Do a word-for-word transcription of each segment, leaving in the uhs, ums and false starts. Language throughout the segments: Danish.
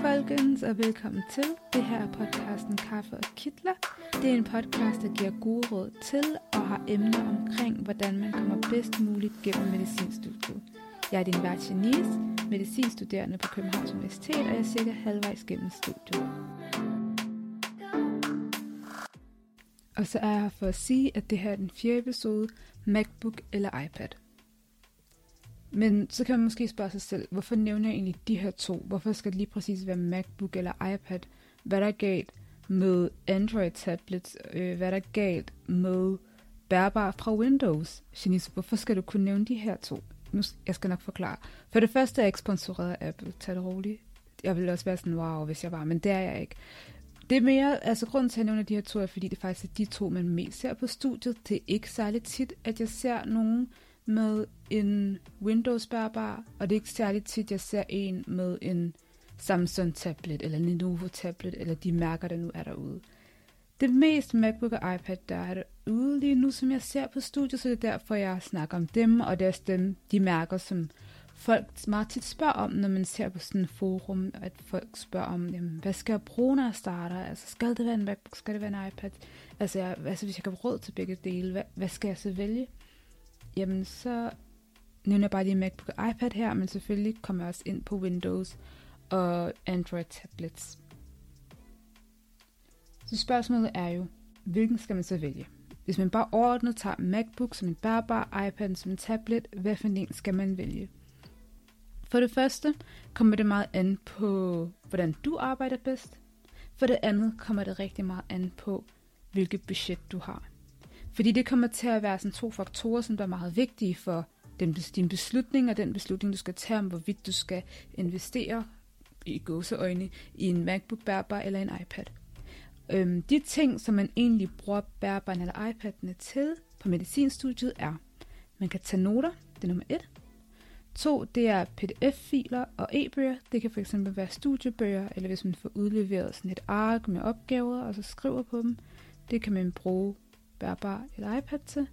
folkens, og velkommen til. Det her er podcasten Kaffe og Kitler. Det er en podcast, der giver gode råd til og har emner omkring, hvordan man kommer bedst muligt gennem medicinstudiet. Jeg er din vært Janice, medicinstuderende på Københavns Universitet, og jeg er cirka halvvejs gennem studiet. Og så er jeg her for at sige, at det her er den fjerde episode, MacBook eller iPad. Men så kan man måske spørge sig selv, hvorfor nævner jeg egentlig de her to? Hvorfor skal det lige præcis være MacBook eller iPad? Hvad der er galt med Android-tablets? Øh, hvad der er galt med bærbar fra Windows? Janice, hvorfor skal du kunne nævne de her to? Nu, jeg skal nok forklare. For det første er jeg ikke sponsoreret af Apple. Tag det roligt. Jeg ville også være sådan, wow, hvis jeg var, men det er jeg ikke. Det er mere, altså grunden til at nævne de her to, er fordi det faktisk er de to, man mest ser på studiet. Det er ikke særligt tit, at jeg ser nogen med en Windows-bærbar, og det er ikke særligt tit, jeg ser en med en Samsung-tablet, eller en Lenovo-tablet, eller de mærker, der nu er derude. Det mest MacBook og iPad, der er derude lige nu, som jeg ser på studiet, så det er derfor, jeg snakker om dem, og det er også dem, de mærker, som folk meget tit spørger om, når man ser på sådan et forum, at folk spørger om, jamen, hvad skal jeg bruge, når jeg starter? Altså, skal det være en MacBook, skal det være en iPad? Altså, jeg, altså hvis jeg kan have råd til begge dele, hvad, hvad skal jeg så vælge? Jamen, så nævner jeg bare lige MacBook og iPad her, men selvfølgelig kommer jeg også ind på Windows og Android tablets. Så spørgsmålet er jo, hvilken skal man så vælge? Hvis man bare overordnet tager MacBook som en bærbar, iPad som en tablet, hvad for en skal man vælge? For det første kommer det meget an på, hvordan du arbejder bedst. For det andet kommer det rigtig meget an på, hvilket budget du har. Fordi det kommer til at være sådan to faktorer, som der er meget vigtige for den, din beslutning, og den beslutning, du skal tage om, hvorvidt du skal investere i gåseøjne i en MacBook bærbar eller en iPad. Øhm, de ting, som man egentlig bruger bærbaren eller iPad'ene til på medicinstudiet er, man kan tage noter, det er nummer et. To, det er P D F-filer og e-bøger. Det kan fx være studiebøger, eller hvis man får udleveret sådan et ark med opgaver, og så skriver på dem. Det kan man bruge bærbar eller iPad til.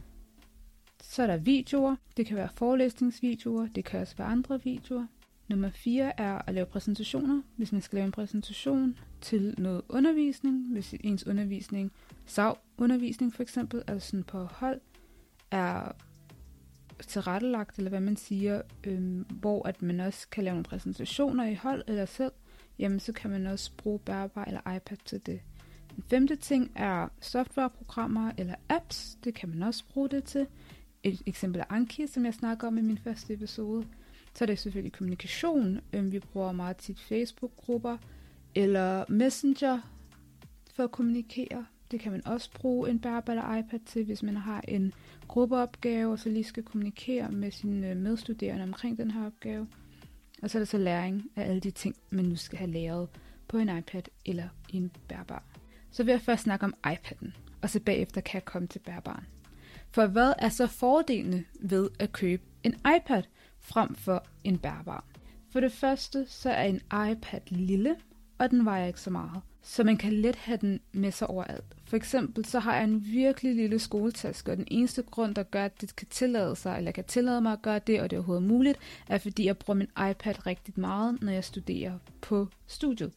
Så er der videoer. Det kan være forelæsningsvideoer. Det kan også være andre videoer. Nummer fire er at lave præsentationer. Hvis man skal lave en præsentation til noget undervisning, hvis ens undervisning, S A V-undervisning for eksempel, altså sådan på hold, er tilrettelagt, eller hvad man siger, øhm, hvor at man også kan lave nogle præsentationer i hold eller selv, jamen så kan man også bruge bærbar eller iPad til det. Den femte ting er softwareprogrammer eller apps. Det kan man også bruge det til. Et eksempel er Anki, som jeg snakker om i min første episode. Så er det selvfølgelig kommunikation. Vi bruger meget tit Facebook-grupper eller Messenger for at kommunikere. Det kan man også bruge en bærbar eller iPad til, hvis man har en gruppeopgave, og så lige skal kommunikere med sine medstuderende omkring den her opgave. Og så er der så læring af alle de ting, man nu skal have læret på en iPad eller i en bærbar. Så vil jeg først snakke om iPad'en, og så bagefter kan jeg komme til bærbaren. For hvad er så fordelene ved at købe en iPad frem for en bærbar? For det første, så er en iPad lille, og den vejer ikke så meget. Så man kan let have den med sig overalt. For eksempel så har jeg en virkelig lille skoletaske, og den eneste grund, der gør, at det kan tillade sig, eller kan tillade mig at gøre det, og det er overhovedet muligt, er fordi jeg bruger min iPad rigtig meget, når jeg studerer på studiet.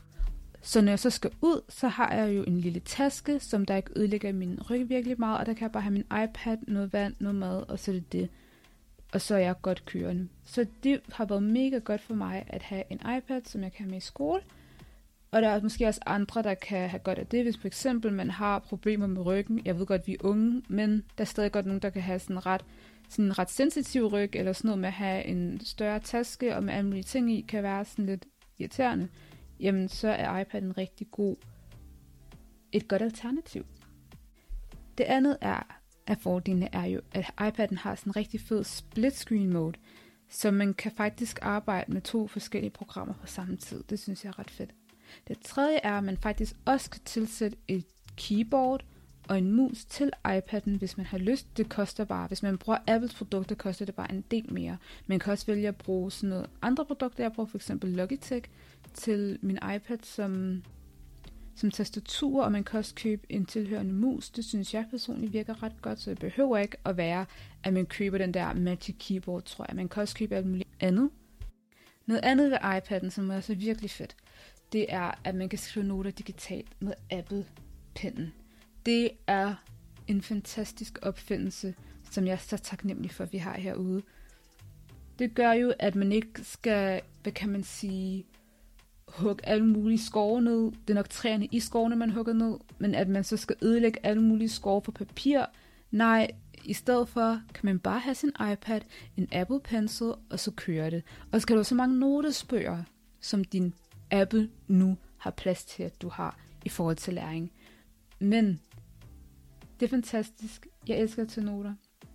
Så når jeg så skal ud, så har jeg jo en lille taske, som der ikke ødelægger min ryg virkelig meget, og der kan jeg bare have min iPad, noget vand, noget mad, og så er det det. Og så er jeg godt kørende. Så det har været mega godt for mig at have en iPad, som jeg kan have med i skole. Og der er måske også andre, der kan have godt af det, hvis for eksempel man har problemer med ryggen. Jeg ved godt, vi er unge, men der er stadig godt nogen, der kan have sådan ret, sådan en ret sensitiv ryg, eller sådan noget med at have en større taske, og med alle mulige ting i, kan være sådan lidt irriterende. Jamen, så er iPad en rigtig god, et godt alternativ. Det andet er, af fordelene er jo, at iPad'en har sådan en rigtig fed split screen mode, så man kan faktisk arbejde med to forskellige programmer på samme tid. Det synes jeg er ret fedt. Det tredje er, at man faktisk også kan tilsætte et keyboard og en mus til iPad'en, hvis man har lyst. Det koster bare, hvis man bruger Apples produkter, koster det bare en del mere. Man kan også vælge at bruge sådan noget andre produkter. Jeg bruger for eksempel Logitech til min iPad som, som tastatur, og man kan også købe en tilhørende mus. Det synes jeg personligt virker ret godt, så det behøver ikke at være, at man køber den der Magic Keyboard, tror jeg. Man kan også købe alt muligt andet. Noget andet ved iPad'en, som også er virkelig fedt, det er, at man kan skrive noter digitalt med Apple-pennen. Det er en fantastisk opfindelse, som jeg er så taknemmelig for, at vi har herude. Det gør jo, at man ikke skal, hvad kan man sige, hugge alle mulige skove ned. Det er nok træerne i skovene, man hugger ned, men at man så skal ødelægge alle mulige skove på papir. Nej, i stedet for kan man bare have sin iPad, en Apple Pencil, og så køre det. Og så kan du have så mange notesbøger, som din Apple nu har plads til, at du har i forhold til læring. Men det er fantastisk. Jeg elsker at tage noter.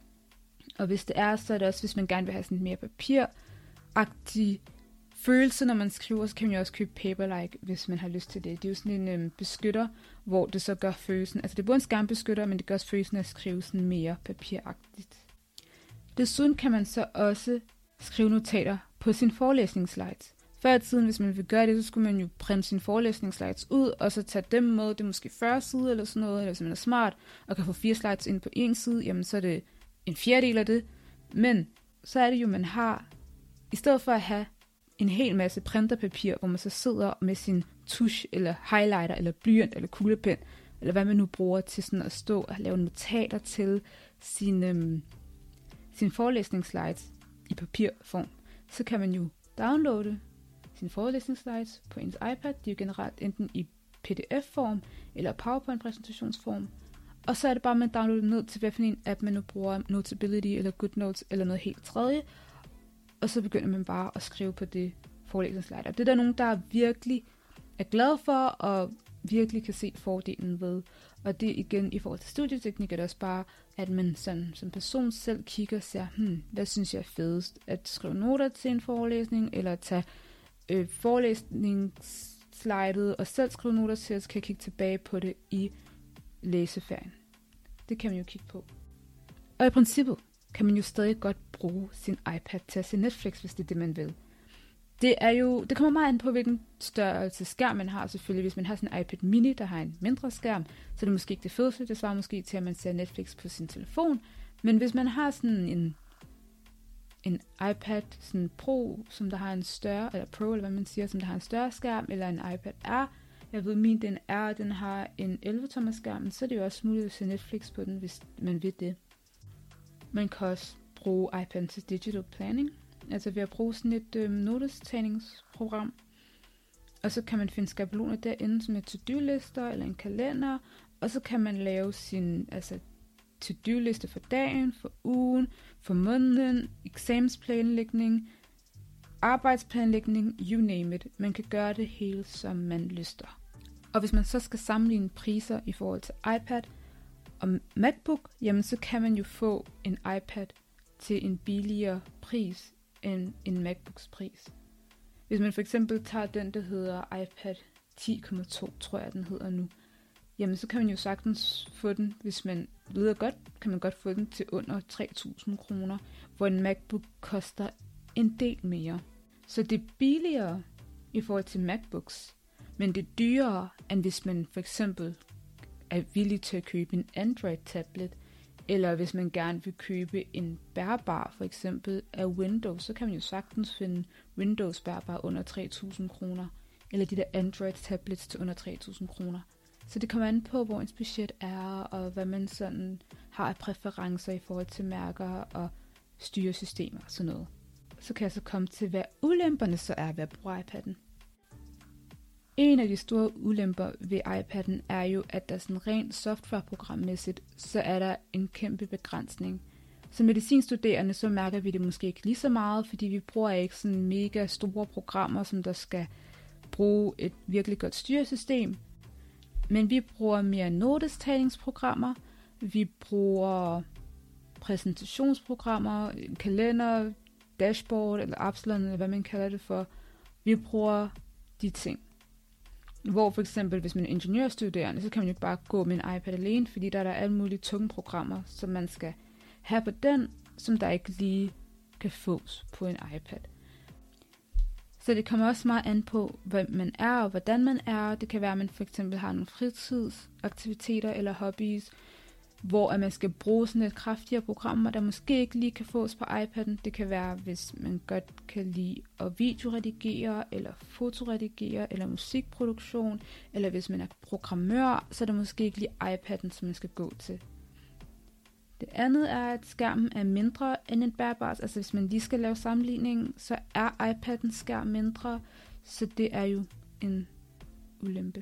Og hvis det er, så er det også, hvis man gerne vil have sådan mere papiragtig følelse, når man skriver, så kan man jo også købe Paperlike, hvis man har lyst til det. Det er jo sådan en øhm, beskytter, hvor det så gør følelsen, altså det er både en skærmbeskytter, men det gør også følelsen at skrive sådan mere papiragtigt. Desuden kan man så også skrive notater på sin forelæsningsslides. Før i tiden, hvis man vil gøre det, så skulle man jo printe sine forelæsningsslides ud, og så tage dem med. Det er måske fyrre sider eller sådan noget, eller hvis man er smart, og kan få fire slides ind på en side, jamen så er det en fjerdedel af det. Men så er det jo, man har, i stedet for at have en hel masse printerpapir, hvor man så sidder med sin tusch, eller highlighter, eller blyant, eller kuglepen, eller hvad man nu bruger til sådan at stå og lave notater til sin, øhm, sin forelæsningsslides i papirform, så kan man jo downloade sine forelæsningsslides på ens iPad. De er jo generelt enten i P D F-form eller PowerPoint-præsentationsform. Og så er det bare, at man downloader ned til, hvad for en app man nu bruger, Notability eller GoodNotes eller noget helt tredje. Og så begynder man bare at skrive på det forelæsningsslide. Det er der nogen, der virkelig er glade for og virkelig kan se fordelen ved. Og det igen i forhold til studieteknik er det også bare, at man sådan, som person selv kigger og siger, hmm, hvad synes jeg er fedest? At skrive noter til en forelæsning, eller at tage øh, forelæsningsslidet og selv skrive noter til, så kan jeg kigge tilbage på det i læseferien. Det kan man jo kigge på. Og i princippet kan man jo stadig godt bruge sin iPad til at se Netflix, hvis det er det, man vil. Det er jo, det kommer meget an på, hvilken størrelse skærm man har selvfølgelig. Hvis man har sådan en iPad mini, der har en mindre skærm, så er det måske ikke det fedeste. Det svarer måske til, at man ser Netflix på sin telefon. Men hvis man har sådan en, en iPad sådan Pro, som der har en større, eller Pro, eller hvad man siger, som der har en større skærm, eller en iPad Air, jeg ved, min den er, den har en elleve tommer skærm, så er det jo også muligt at se Netflix på den, hvis man vil det. Man kan også bruge iPad til digital planning, altså ved at bruge sådan et øhm, notestagningsprogram. Og så kan man finde skabeloner derinde, som er to-do-lister eller en kalender, og så kan man lave sin altså, to-do-liste for dagen, for ugen, for måneden, eksamensplanlægning, arbejdsplanlægning, you name it. Man kan gøre det hele, som man lyster. Og hvis man så skal sammenligne priser i forhold til iPad og MacBook, jamen så kan man jo få en iPad til en billigere pris end en MacBooks pris. Hvis man for eksempel tager den, der hedder iPad ti komma to, tror jeg den hedder nu, jamen så kan man jo sagtens få den, hvis man leder godt, kan man godt få den til under tre tusind kroner, hvor en MacBook koster en del mere. Så det er billigere i forhold til MacBooks, men det er dyrere, end hvis man for eksempel er villig til at købe en Android-tablet, eller hvis man gerne vil købe en bærbar, for eksempel af Windows, så kan man jo sagtens finde Windows bærbar under tre tusind kroner, eller de der Android-tablets til under tre tusind kroner. Så det kommer an på, hvor ens budget er, og hvad man sådan har af præferencer i forhold til mærker og styresystemer og sådan noget. Så kan jeg så komme til, hvad ulemperne så er ved at bruge iPad'en. En af de store ulemper ved iPad'en er jo, at der sådan rent softwareprogrammæssigt, så er der en kæmpe begrænsning. Som medicinstuderende, så mærker vi det måske ikke lige så meget, fordi vi bruger ikke sådan mega store programmer, som der skal bruge et virkelig godt styresystem. Men vi bruger mere notestagningsprogrammer, vi bruger præsentationsprogrammer, kalender, dashboard eller Absalon, eller hvad man kalder det for. Vi bruger de ting. Hvor for eksempel, hvis man er ingeniørstuderende, så kan man jo bare gå med en iPad alene, fordi der er der alle mulige tunge programmer, som man skal have på den, som der ikke lige kan fås på en iPad. Så det kommer også meget an på, hvem man er og hvordan man er. Det kan være, at man for eksempel har nogle fritidsaktiviteter eller hobbies, hvor at man skal bruge sådan et kraftigere programmer, der måske ikke lige kan fås på iPad'en. Det kan være, hvis man godt kan lide at videoredigere, eller fotoredigere, eller musikproduktion, eller hvis man er programmør, så er det måske ikke lige iPad'en, som man skal gå til. Det andet er, at skærmen er mindre end en bærbar. Altså hvis man lige skal lave sammenligning, så er iPad'ens skærm mindre, så det er jo en ulempe.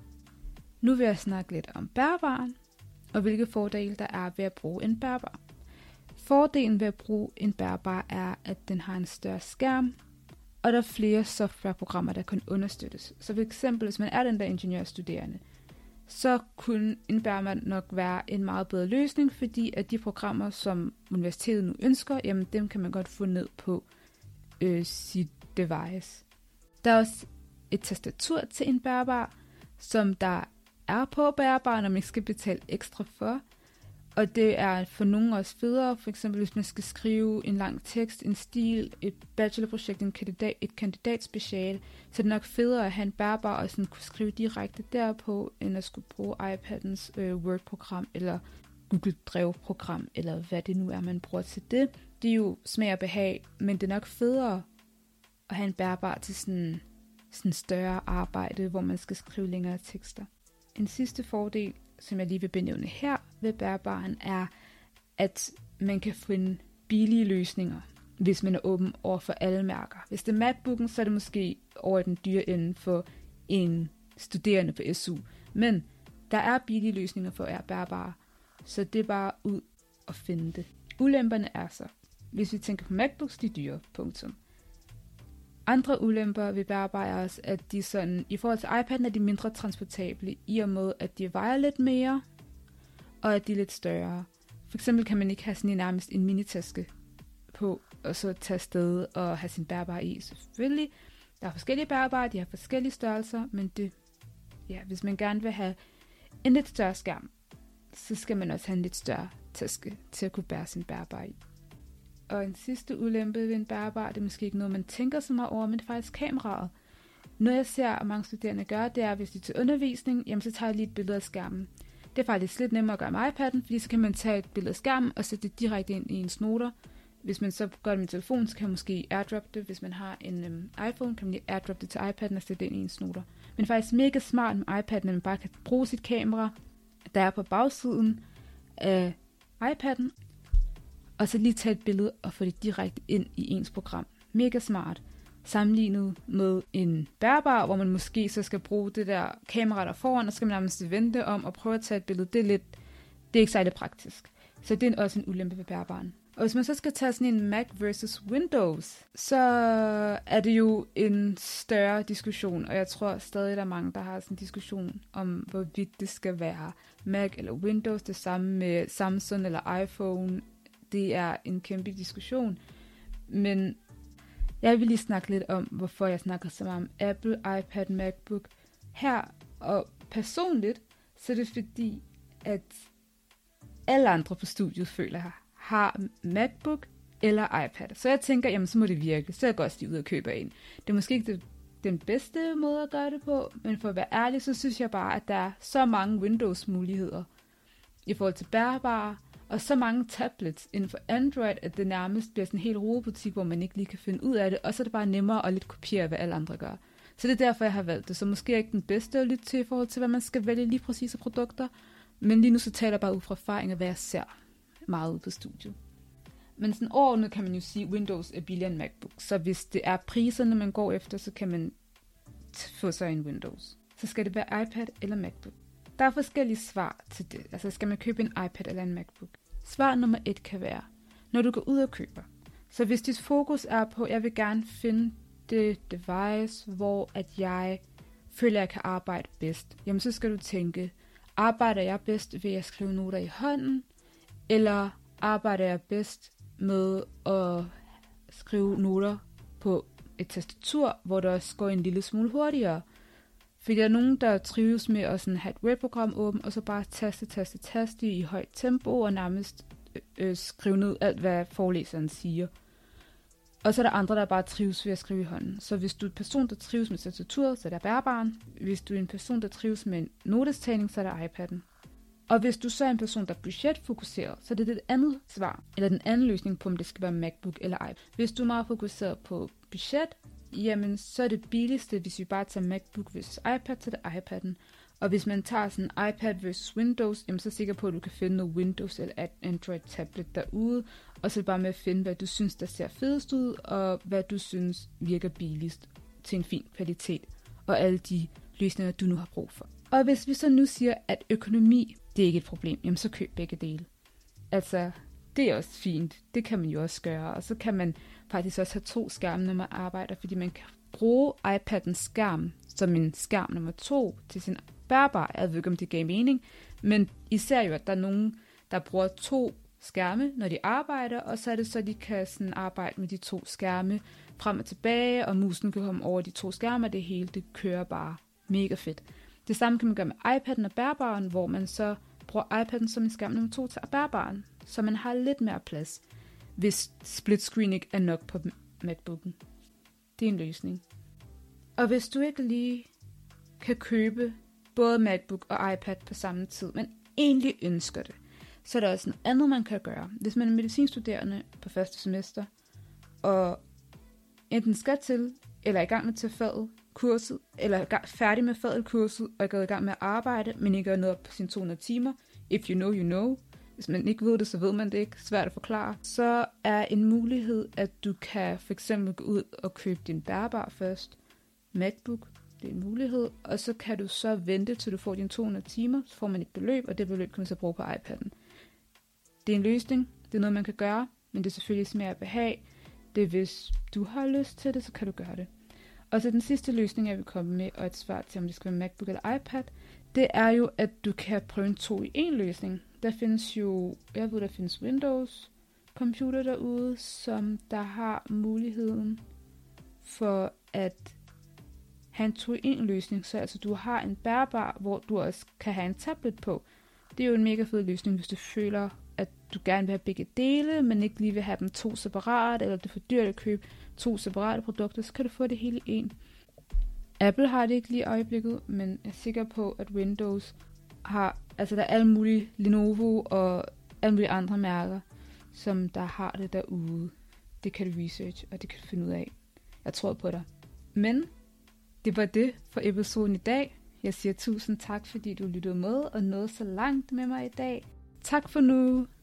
Nu vil jeg snakke lidt om bærbaren, og hvilke fordele der er ved at bruge en bærbar. Fordelen ved at bruge en bærbar er, at den har en større skærm, og der er flere softwareprogrammer, der kan understøttes. Så for eksempel, hvis man er den der ingeniørstuderende, så kunne en bærbar nok være en meget bedre løsning, fordi at de programmer, som universitetet nu ønsker, jamen dem kan man godt få ned på øh, sit device. Der er også et tastatur til en bærbar, som der er på bærbaren, og man ikke skal betale ekstra for. Og det er for nogle også federe, for eksempel hvis man skal skrive en lang tekst, en stil, et bachelorprojekt, en kandidat, et kandidatspeciale, så er det nok federe at have en bærbar og sådan kunne skrive direkte derpå, end at skulle bruge iPad'ens øh, Word-program eller Google Drive-program, eller hvad det nu er, man bruger til det. Det er jo smag og behag, men det er nok federe at have en bærbar til sådan, sådan større arbejde, hvor man skal skrive længere tekster. En sidste fordel, som jeg lige vil benævne her ved bærbaren, er, at man kan finde billige løsninger, hvis man er åben over for alle mærker. Hvis det er MacBook'en, så er det måske over den dyre ende for en studerende på S U. Men der er billige løsninger for at bærbare, så det er bare ud og finde det. Ulemperne er så, hvis vi tænker på MacBooks, de er dyre, punktum. Andre ulemper ved bærbare er også, at de sådan, i forhold til iPad'en er de mindre transportable, i og med, at de vejer lidt mere, og at de er lidt større. For eksempel kan man ikke have sådan en nærmest en minitaske på, og så tage afsted og have sin bærbare i. Selvfølgelig, der er forskellige bærbare, de har forskellige størrelser, men det, ja, hvis man gerne vil have en lidt større skærm, så skal man også have en lidt større taske til at kunne bære sin bærbare i. Og en sidste ulempe ved en bærbar, det er måske ikke noget, man tænker så meget over, men det er faktisk kameraet. Noget jeg ser, at mange studerende gør, det er, hvis de er til undervisning, jamen så tager jeg lige et billede af skærmen. Det er faktisk lidt nemmere at gøre med iPad'en, fordi så kan man tage et billede af skærmen og sætte det direkte ind i ens noter. Hvis man så gør det med telefonen, så kan man måske airdrop det. Hvis man har en øhm, iPhone, kan man lige airdrop det til iPad'en og sætte det ind i ens noter. Men faktisk mega smart med iPad'en, at man bare kan bruge sit kamera, der er på bagsiden af iPad'en, og så lige tage et billede og få det direkte ind i ens program. Mega smart. Sammenlignet med en bærbar, hvor man måske så skal bruge det der kamera der foran, og så skal man nærmest vente om og prøve at tage et billede. Det er lidt, det er ikke særlig praktisk. Så det er også en ulempe ved bærbaren. Og hvis man så skal tage sådan en Mac versus Windows, så er det jo en større diskussion, og jeg tror stadig, der er mange, der har sådan en diskussion om, hvorvidt det skal være Mac eller Windows, det samme med Samsung eller iPhone. Det er en kæmpe diskussion, men jeg vil lige snakke lidt om, hvorfor jeg snakker så meget om Apple, iPad, MacBook her, og personligt, så er det fordi, at alle andre på studiet føler jeg har MacBook eller iPad. Så jeg tænker, jamen så må det virke, så jeg går også lige ud og køber en. Det er måske ikke det, den bedste måde at gøre det på, men for at være ærlig, så synes jeg bare, at der er så mange Windows-muligheder i forhold til bærbare, og så mange tablets inden for Android, at det nærmest bliver sådan en helt rodebutik, hvor man ikke lige kan finde ud af det, og så er det bare nemmere at lidt kopiere, hvad alle andre gør. Så det er derfor, jeg har valgt det. Så måske er ikke den bedste at lytte til i forhold til, hvad man skal vælge lige præcise produkter, men lige nu så taler jeg bare ud fra erfaring af, hvad jeg ser meget ud på studiet. Men sådan overordnet kan man jo sige, at Windows er billigere end MacBook, så hvis det er priserne, man går efter, så kan man få sig en Windows. Så skal det være iPad eller MacBook. Der er forskellige svar til det. Altså skal man købe en iPad eller en MacBook? Svar nummer et kan være, når du går ud og køber. Så hvis dit fokus er på, at jeg vil gerne finde det device, hvor at jeg føler, at jeg kan arbejde bedst, jamen så skal du tænke, arbejder jeg bedst ved at skrive noter i hånden, eller arbejder jeg bedst med at skrive noter på et tastatur, hvor der også går en lille smule hurtigere? Fordi der er nogen, der trives med at sådan have et webprogram åbent, og så bare taste, taste, taste i højt tempo, og nærmest øh, skrive ned alt, hvad forelæseren siger. Og så er der andre, der bare trives ved at skrive i hånden. Så hvis du er en person, der trives med tastaturet, så er der bærbaren. Hvis du er en person, der trives med en notestagning, så er der iPad'en. Og hvis du så er en person, der er budgetfokuseret, så er det det andet svar, eller den anden løsning på, om det skal være MacBook eller iPad. Hvis du er meget fokuseret på budget, jamen så er det billigste, hvis vi bare tager MacBook versus iPad, så er det iPad'en. Og hvis man tager sådan en iPad versus Windows, jamen så er jeg sikker på, at du kan finde noget Windows eller Android tablet derude, og så er det bare med at finde, hvad du synes, der ser fedest ud, og hvad du synes virker billigst til en fin kvalitet, og alle de løsninger, du nu har brug for. Og hvis vi så nu siger, at økonomi, det er ikke et problem, jamen så køb begge dele. Altså, det er også fint. Det kan man jo også gøre. Og så kan man faktisk også have to skærme, når man arbejder, fordi man kan bruge iPad'ens skærm som en skærm nummer to til sin bærbar. Jeg ved ikke, om det gav mening, men især jo, at der er nogen, der bruger to skærme, når de arbejder, og så er det så, de kan sådan arbejde med de to skærme frem og tilbage, og musen kan komme over de to skærme, og det hele, det kører bare mega fedt. Det samme kan man gøre med iPad'en og bærbaren, hvor man så bruger iPad'en som en skærm nummer to til bærbaren, så man har lidt mere plads, hvis split screen ikke er nok på MacBook'en. Det er en løsning. Og hvis du ikke lige kan købe både MacBook og iPad på samme tid, men egentlig ønsker det, så er der også noget andet, man kan gøre. Hvis man er medicinstuderende på første semester, og enten skal til, eller er i gang med at tage faget, kurset, eller er færdig med faget kurset, og er gået i gang med at arbejde, men ikke er nået op på sine to hundrede timer. If you know, you know. Hvis man ikke ved det, så ved man det ikke. Svært at forklare. Så er en mulighed, at du kan for eksempel gå ud og købe din bærbar først. MacBook, det er en mulighed. Og så kan du så vente, til du får dine to hundrede timer. Så får man et beløb, og det beløb kan man så bruge på iPad'en. Det er en løsning. Det er noget, man kan gøre. Men det er selvfølgelig smag og behag. Det er, hvis du har lyst til det, så kan du gøre det. Og så den sidste løsning, jeg vil komme med, og et svar til, om det skal være MacBook eller iPad, det er jo, at du kan prøve en to i en løsning. Der findes jo, jeg ved, der findes Windows computer derude, som der har muligheden for at have en to i en løsning. Så altså, du har en bærbar, hvor du også kan have en tablet på. Det er jo en mega fed løsning, hvis du føler, at du gerne vil have begge dele, men ikke lige vil have dem to separat, eller det er for dyrt at købe to separate produkter, så kan du få det hele i en. Apple har det ikke lige i øjeblikket, men jeg er sikker på, at Windows har, altså der er alle mulige Lenovo og alle mulige andre mærker, som der har det derude. Det kan du research, og det kan du finde ud af. Jeg tror på dig. Men det var det for episoden i dag. Jeg siger tusind tak, fordi du lyttede med og nåede så langt med mig i dag. Tak for nu.